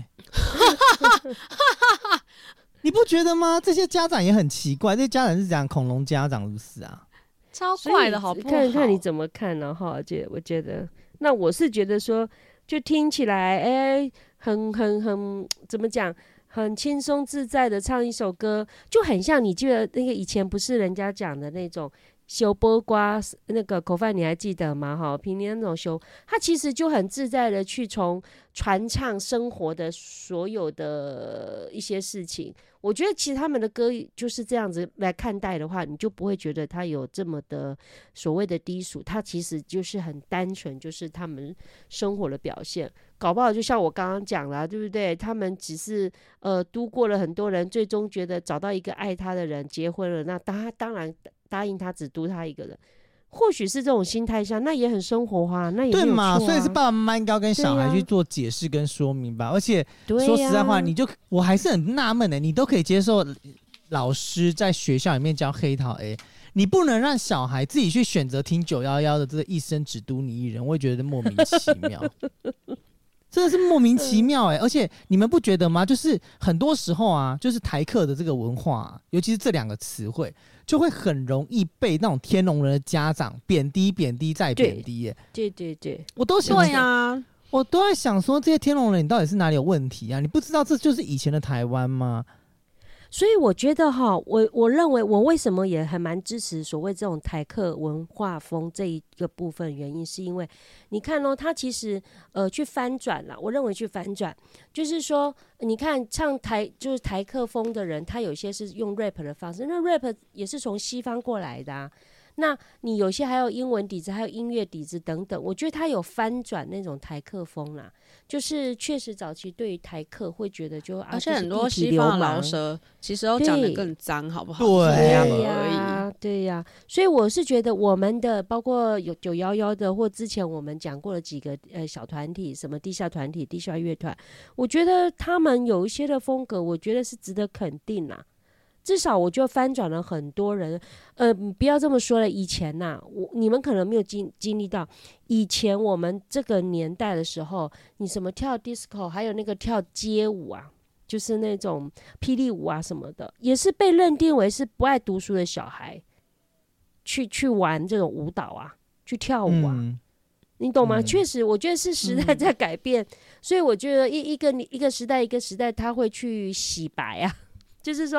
你不觉得吗？这些家长也很奇怪，这些家长是讲恐龙家长是不是啊？ 超怪的好不好？ 看你怎么看呢？哈，我觉得，那我是觉得说，就听起来，很怎么讲，很轻松自在的唱一首歌，就很像你记得那个以前不是人家讲的那种修波瓜那个口饭，你还记得吗？哈，平年那种修，他其实就很自在的去从传唱生活的所有的一些事情。我觉得其实他们的歌就是这样子来看待的话，你就不会觉得他有这么的所谓的低俗，他其实就是很单纯，就是他们生活的表现。搞不好就像我刚刚讲了，对不对？他们只是度过了很多人，最终觉得找到一个爱他的人，结婚了，那他当然答应他只督他一个人。或许是这种心态下，那也很生活化，那也没有错啊。 对嘛，所以是爸爸妈妈应该要跟小孩去做解释跟说明吧。而且说实在话，我还是很纳闷的，你都可以接受老师在学校里面教黑桃 A， 你不能让小孩自己去选择听911的这个一生只督你一人，我也觉得莫名其妙。真的是莫名其妙而且你们不觉得吗？就是很多时候啊，就是台客的这个文化尤其是这2个词汇，就会很容易被那种天龙人的家长贬低再贬低对， 我都想对啊，我都在想说，这些天龙人你到底是哪里有问题啊？你不知道这就是以前的台湾吗？ 所以我觉得哈，我认为我为什么也还蛮支持所谓这种台客文化风这一个部分，原因是因为你看哦，他其实去翻转啦，我认为去翻转就是说，你看唱就是台客风的人，他有些是用 rap 的方式，那 rap 也是从西方过来的啊。那你有些还有英文底子，还有音乐底子等等，我觉得他有翻转那种台客风啦，就是确实早期对于台客会觉得而且很多西方的饶舌其实都讲得更脏，好不好？ 对呀，所以我是觉得我们的包括有911的，或之前我们讲过的几个小团体，什么地下团体、地下乐团，我觉得他们有一些的风格，我觉得是值得肯定啦。至少我就翻转了很多人，不要这么说了。以前呐，你们可能没有经历到，以前我们这个年代的时候，你什么跳 disco， 还有那个跳街舞啊，就是那种霹雳舞啊什么的，也是被认定为是不爱读书的小孩，去玩这种舞蹈啊，去跳舞啊。你懂吗？确实，我觉得是时代在改变，所以我觉得一个时代一个时代，他会去洗白啊。就是说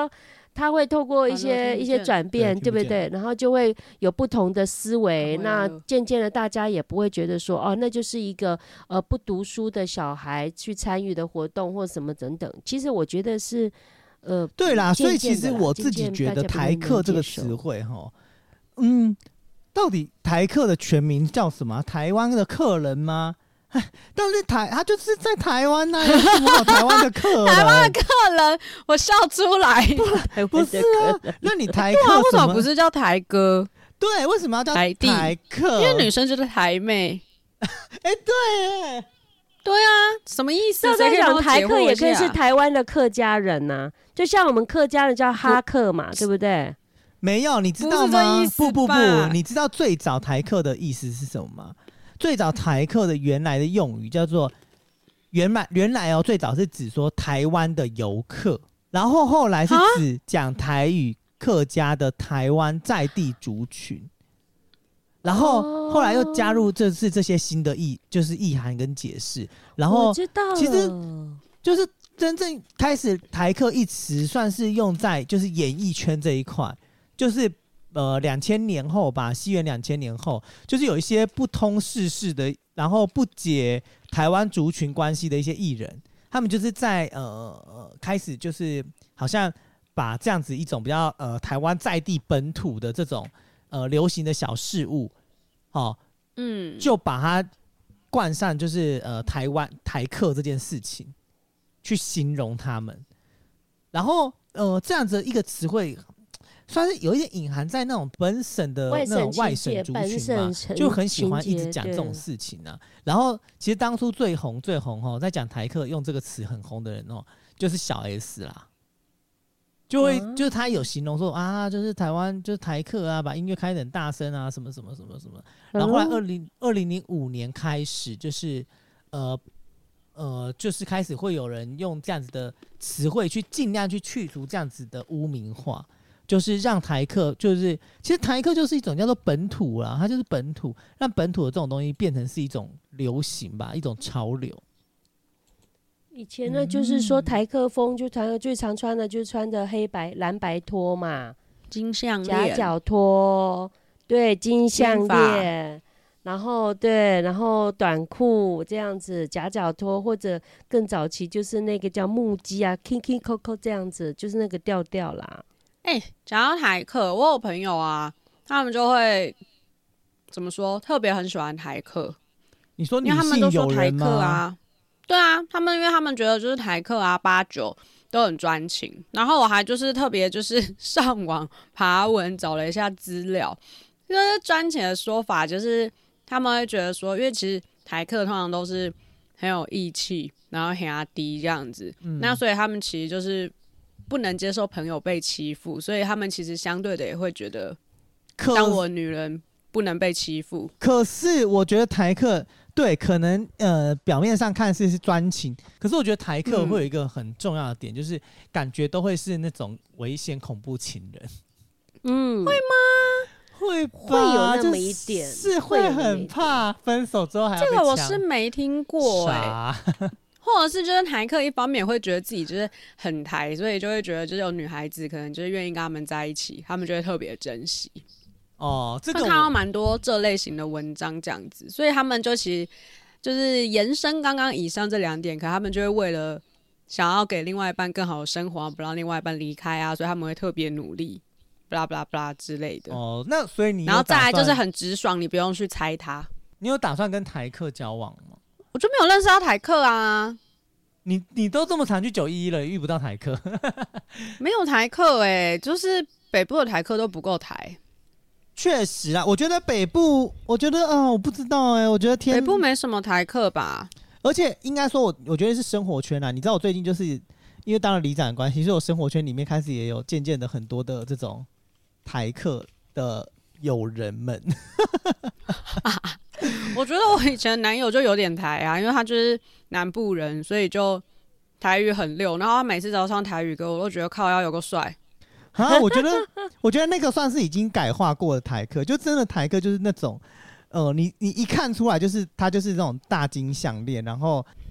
他会透过一些转变，对不对？然后就会有不同的思维。那渐渐的，大家也不会觉得说，哦，那就是一个不读书的小孩去参与的活动或什么等等。其实我觉得是对啦，所以其实我自己觉得台客这个词汇哈，到底台客的全名叫什么？台湾的客人吗？但是他就是在台湾啊，有什么好台湾的客人？ 台湾的客人，我笑出来。 不是啊，那你台客为什么不是叫台哥？ 对，为什么要叫台客？ 因为女生就是台妹。 对。 对啊，什么意思？ 我在讲台客也可以是台湾的客家人呐、啊，就像我们客家人叫哈客嘛，对不对？ 没有，你知道吗？不，你知道最早台客的意思是什么吗？最早台客的原来的用语叫做原来哦，最早是指说台湾的游客，然后后来是指讲台语客家的台湾在地族群，然后后来又加入这些新的就是意涵跟解释，然后其实就是真正开始台客一词算是用在就是演艺圈这一块，就是2000年后吧，西元2000年后，就是有一些不通世事的，然后不解台湾族群关系的一些艺人，他们就是在开始就是好像把这样子一种比较台湾在地本土的这种流行的小事物，就把它冠上就是台湾台客这件事情，去形容他们，然后这样子一个词汇。算是有一点隐含在那种本省的那种外省族群嘛，就很喜欢一直讲这种事情啊。然后其实当初最红在讲台客用这个词很红的人就是小 S 啦，就是他有形容说啊，就是台湾就是台客啊，把音乐开得很大声啊，什么什么什么什么。然后后来2005年开始就是就是开始会有人用这样子的词汇去尽量去去除这样子的污名化。就是让台客，就是其实台客就是一种叫做本土啦，它就是本土，让本土的这种东西变成是一种流行吧，一种潮流。 以前呢，就是说台客风，就台客最常穿的就是穿着蓝白拖嘛， 金项链、 夹脚拖，对，金项链，然后短裤这样子，夹脚拖，或者更早期就是那个叫木屐啊 ，Kinky Coco 这样子，就是那个调调啦。 讲到台客，我有朋友啊，他们就会怎么说，特别很喜欢台客。 你说女性友人吗？因为他们都说台客啊，对啊，因为他们觉得就是台客啊89都很专情。然后我还就是特别就是上网爬文找了一下资料，就是专情的说法，就是他们会觉得说，因为其实台客通常都是很有义气，然后很压低这样子，那所以他们其实就是不能接受朋友被欺负，所以他们其实相对的也会觉得，当我女人不能被欺负。 可是我觉得台客对可能表面上看是专情，可是我觉得台客会有一个很重要的点，就是感觉都会是那种危险恐怖情人。 会吗？ 会吧， 会有那么一点， 是会很怕分手之后还要被这个我是没听过或者是就是台客一方面会觉得自己就是很台，所以就会觉得就是有女孩子可能就是愿意跟他们在一起，他们就会特别珍惜。 这个会看到蛮多这类型的文章这样子，所以他们就其实就是延伸刚刚以上这2点，可他们就会为了想要给另外一半更好的生活，不让另外一半离开啊，所以他们会特别努力，blah blah blah 之类的。 那所以你然后再来就是很直爽，你不用去猜他。 你有打算跟台客交往吗？ 我就没有认识到台客啊。 你都这么常去911了，遇不到台客？ 没有台客就是北部的台客都不够台。 确实啦，我觉得北部，我觉得我不知道我觉得北部没什么台客吧。 而且应该说我觉得是生活圈啦。你知道我最近就是因为当了里长的关系，所以我生活圈里面开始也有渐渐的很多的这种台客的友人们。 我觉得我以前男友就有点台啊，因为他就是南部人，所以就台语很溜，然后他每次只要唱台语歌，我都觉得靠腰有个帅。 我觉得那个算是已经改化过的台客，就真的台客就是那种，你一看出来就是他就是那种大金项链，然后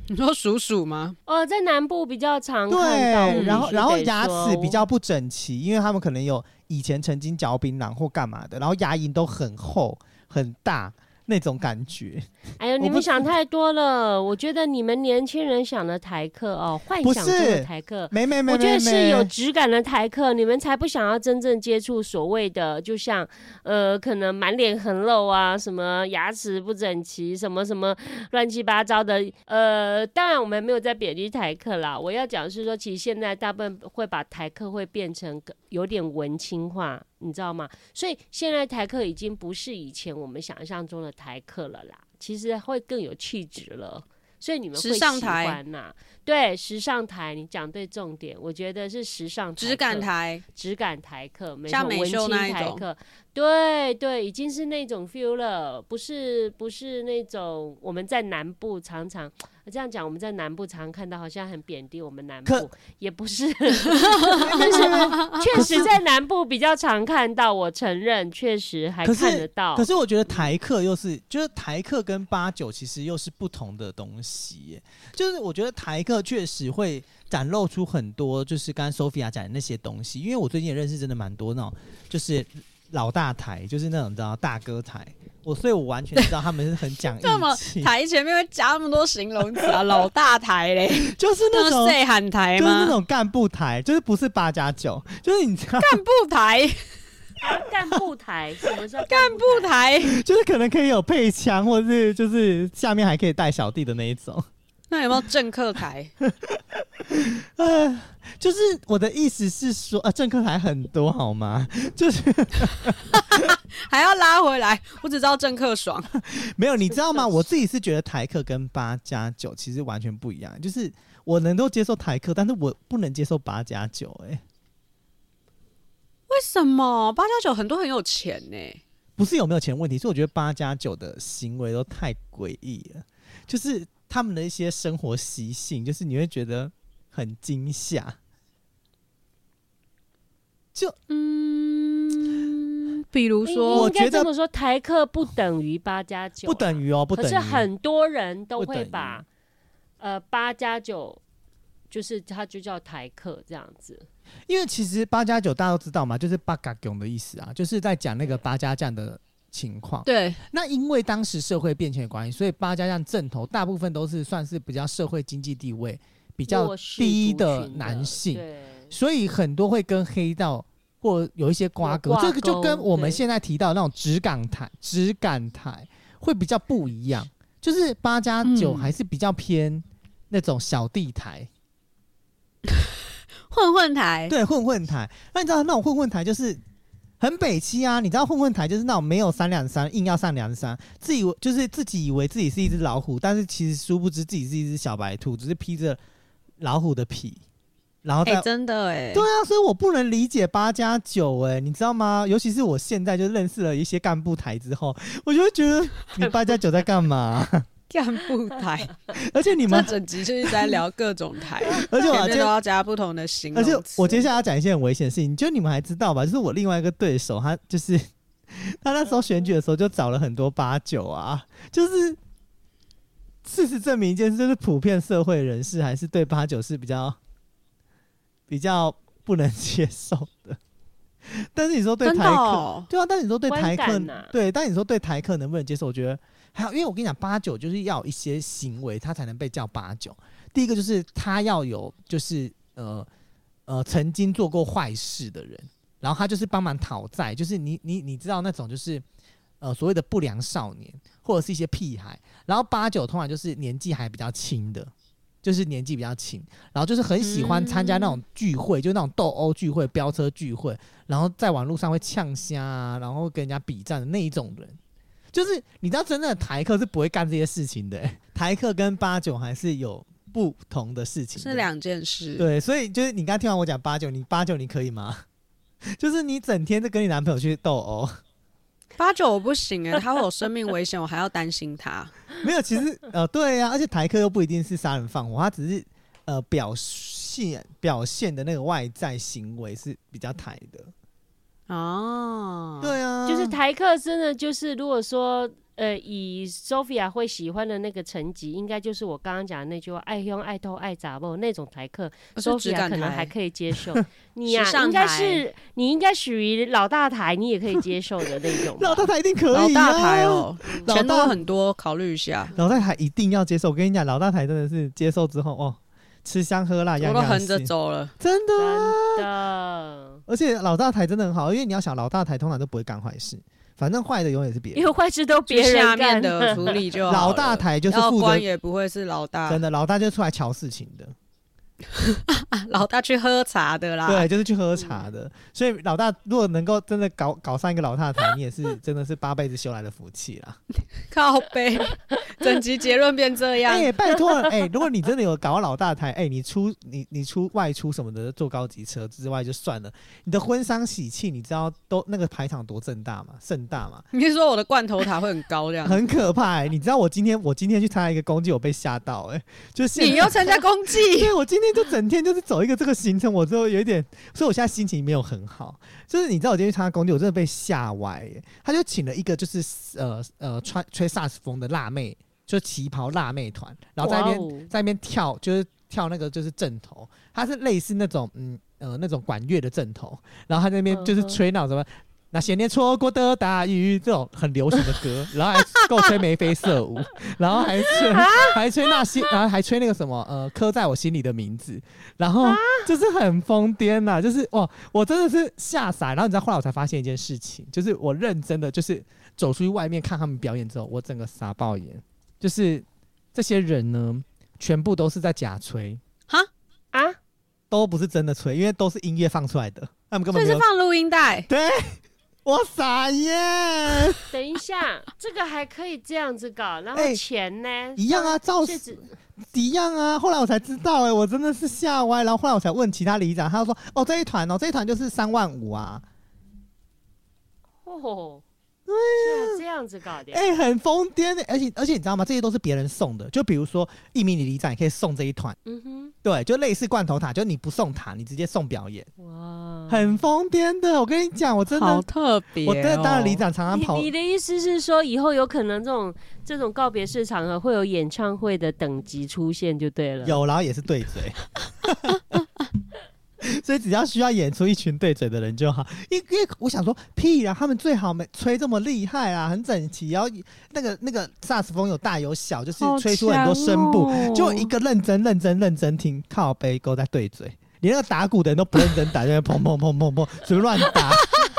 你说鼠鼠吗？ 在南部比较常看到， 对，然后牙齿比较不整齐，因为他们可能有以前曾经嚼槟榔或干嘛的，然后牙龈都很厚很大那种感觉。 哎呦，你们想太多了。我觉得你们年轻人想的台客幻想中的台客， 没， 我觉得是有质感的台客，你们才不想要真正接触所谓的，就像可能满脸横肉啊，什么牙齿不整齐，什么什么乱七八糟的。当然我们没有在贬低台客啦。我要讲的是说，其实现在大部分会把台客会变成有点文青化，你知道吗？所以现在台客已经不是以前我们想象中的台客了啦，其实会更有气质了，所以你们会喜欢呐。对，时尚台，你讲对重点，我觉得是时尚台客，质感台客，没错， 像美秀那一种文青台客，对对，已经是那种 feel 了，不是那种我们在南部常常这样讲，我们在南部常看到好像很贬低我们南部，也不是，就是确实在南部比较常看到，我承认确实还看得到。 可是我觉得台客就是台客跟89其实又是不同的东西耶，就是我觉得台客确实会展露出很多，就是刚刚 Sophia 讲的那些东西，因为我最近也认识真的蛮多那种，就是老大台，就是那种你知道大哥台，所以我完全知道他们是很讲义气。 这么台前面会加那么多形容词啊，老大台嘞， 就是那种谁喊台吗？ 就是那种干部台，就是不是8+9，就是你知道干部台。 干部台，什么叫干部台？ 就是可能可以有配枪，或是就是下面还可以带小弟的那一种。 那有没有政客台？ 就是我的意思是说，政客台很多好吗？就是还要拉回来，我只知道政客爽。 没有，你知道吗？我自己是觉得台客跟8+9其实完全不一样，就是我能够接受台客，但是我不能接受8+9。 为什么8+9很多很有钱呢？ 不是有没有钱问题，是我觉得8+9的行为都太诡异了，就是他们的一些生活习性，就是你会觉得很惊吓。就比如说， 我觉得这么说，台客不等于8+9， 不等于不等于。 可是很多人都会把8+9，就是他就叫台客这样子。 因为其实8+9大家都知道嘛，就是八嘎囧的意思啊，就是在讲那个8+酱的情况。 对， 那因为当时社会变迁的关系，所以8+酱正头大部分都是算是比较社会经济地位比较低的男性，所以很多会跟黑道或有一些瓜葛，这个就跟我们现在提到的那种质感台会比较不一样，就是8+9还是比较偏那种小弟台。 混混台， 对，混混台。那你知道那种混混台就是很北七啊？你知道混混台就是那种没有3两3，硬要上梁山，自己以为自己是一只老虎，但是其实殊不知自己是一只小白兔，只是披着老虎的皮。然后真的对啊，所以我不能理解8+9你知道吗？尤其是我现在就认识了一些干部台之后，我就会觉得你8+9在干嘛？ 干部台， 而且你们这整集就是在聊各种台， 而且我前面都要加不同的形容词。 而且我接下来要讲一些很危险的事情，就你们还知道吧？就是我另外一个对手，他那时候选举的时候就找了很多8+9啊，就是事实证明一件事，就是普遍社会人士还是对8+9是比较不能接受的。但是你说对台客，对啊，但是你说对台客，对，但你说对台客能不能接受？我觉得还有，因为我跟你讲，8+9就是要有一些行为，他才能被叫8+9。第一个就是他要有，就是曾经做过坏事的人，然后他就是帮忙讨债，就是你知道那种就是所谓的不良少年或者是一些屁孩，然后8+9通常就是年纪还比较轻的。就是年纪比较轻，然后就是很喜欢参加那种聚会，就那种斗殴聚会、飙车聚会，然后在网络上会呛虾啊，然后跟人家比战的那一种人。就是你知道，真正的台客是不会干这些事情的。台客跟8+9还是有不同的事情的， 是两件事。 对，所以就是你刚刚听完我讲8+9，你8+9你可以吗？就是你整天就跟你男朋友去斗殴。 8+9我不行他会有生命危险，我还要担心他。 没有，其实对啊，而且台客又不一定是杀人放火，他只是表现的那个外在行为是比较台的。 哦， 对啊， 就是台客真的就是如果说以 Sophia 会喜欢的那个层级，应该就是我刚刚讲的那句话，爱凶爱偷爱杂某那种台客，Sophia 可能还可以接受。你呀、你应该属于老大台，你也可以接受的那种。 老大台一定可以、啊， 老大台哦， 老大钱多很多，考虑一下。 老大台一定要接受。我跟你讲，老大台真的是接受之后哦，吃香喝辣，样样我都横着走了， 真的、啊、 真的。 而且老大台真的很好，因为你要想，老大台通常都不会干坏事。反正坏的永远是别人， 因为坏事都别人下干面的处理就好了。 老大台就是负责， 官也不会是老大， 真的老大就出来瞧事情的， 老大去喝茶的啦。 对，就是去喝茶的。所以老大如果能够真的搞上一个老大台，你也是真的是8辈子修来的福气啦。 靠背，整集结论变这样。 拜托了，如果你真的有搞到老大台，你出外出什么的，坐高级车之外就算了，你的婚丧喜庆，你知道都那个排场多盛大吗？盛大吗？ 你是说我的罐头塔会很高这样？ 很可怕你知道我今天去参加一个公祭，我被吓到就是你要参加公祭？ 对，我今天就整天就是走一个这个行程，我就有一点，所以我现在心情没有很好。就是你知道我今天去参加公祭，我真的被吓歪他就请了一个就是吹萨克斯风的辣妹，就旗袍辣妹团，然后在那边跳，就是跳那个就是阵头，它是类似那种那种管乐的阵头，然后他在那边就是吹那种什么。那些年错过的大雨这种很流行的歌，然后还够吹眉飞色舞，然后还吹那些，然后还吹那个什么刻在我心里的名字，然后就是很疯癫呐，就是哇，我真的是吓傻。然后你知道后来我才发现一件事情，就是我认真的就是走出去外面看他们表演之后，我整个傻爆眼，就是这些人呢全部都是在假吹都不是真的吹，因为都是音乐放出来的，他们根本没有， 所以是放录音带。 对。我傻耶！ 等一下，这个还可以这样子搞，然后钱呢？ 一样啊，一样啊。后来我才知道，我真的是吓歪。然后后来我才问其他里长，他就说：“这一团就是35000啊。” 哦，这样子搞的， 很疯癫的。而且你知道吗？这些都是别人送的。就比如说1名里长也可以送这一团，对，就类似罐头塔，就你不送塔，你直接送表演，哇，很疯癫的。我跟你讲，我真的好特别我当然里长常常跑。 你的意思是说，以后有可能这种告别式场合会有演唱会的等级出现就对了。 有，然后也是对嘴。所以只要需要演出一群对嘴的人就好，因为我想说屁啊，他们最好没吹这么厉害啊，很整齐，然后那个萨克斯风有大有小，就是吹出很多声部，就一个认真听，靠背勾在对嘴，连那个打鼓的人都不认真打，就在砰砰砰砰砰随便乱打。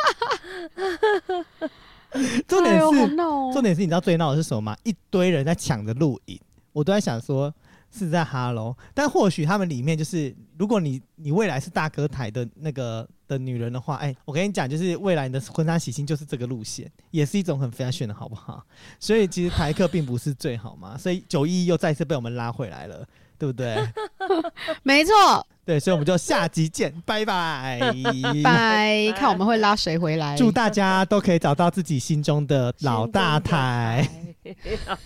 重点是你知道最闹的是什么吗？一堆人在抢着录影，我都在想说是在哈喽，但或许他们里面就是，如果你未来是大哥台的那个的女人的话，我跟你讲，就是未来你的婚纱喜庆就是这个路线，也是一种很 fashion 的好不好？所以其实台客并不是最好嘛，所以911又再次被我们拉回来了，对不对？ 没错， 对，所以我们就下集见，拜拜， 拜，看我们会拉谁回来。 祝大家都可以找到自己心中的老大台。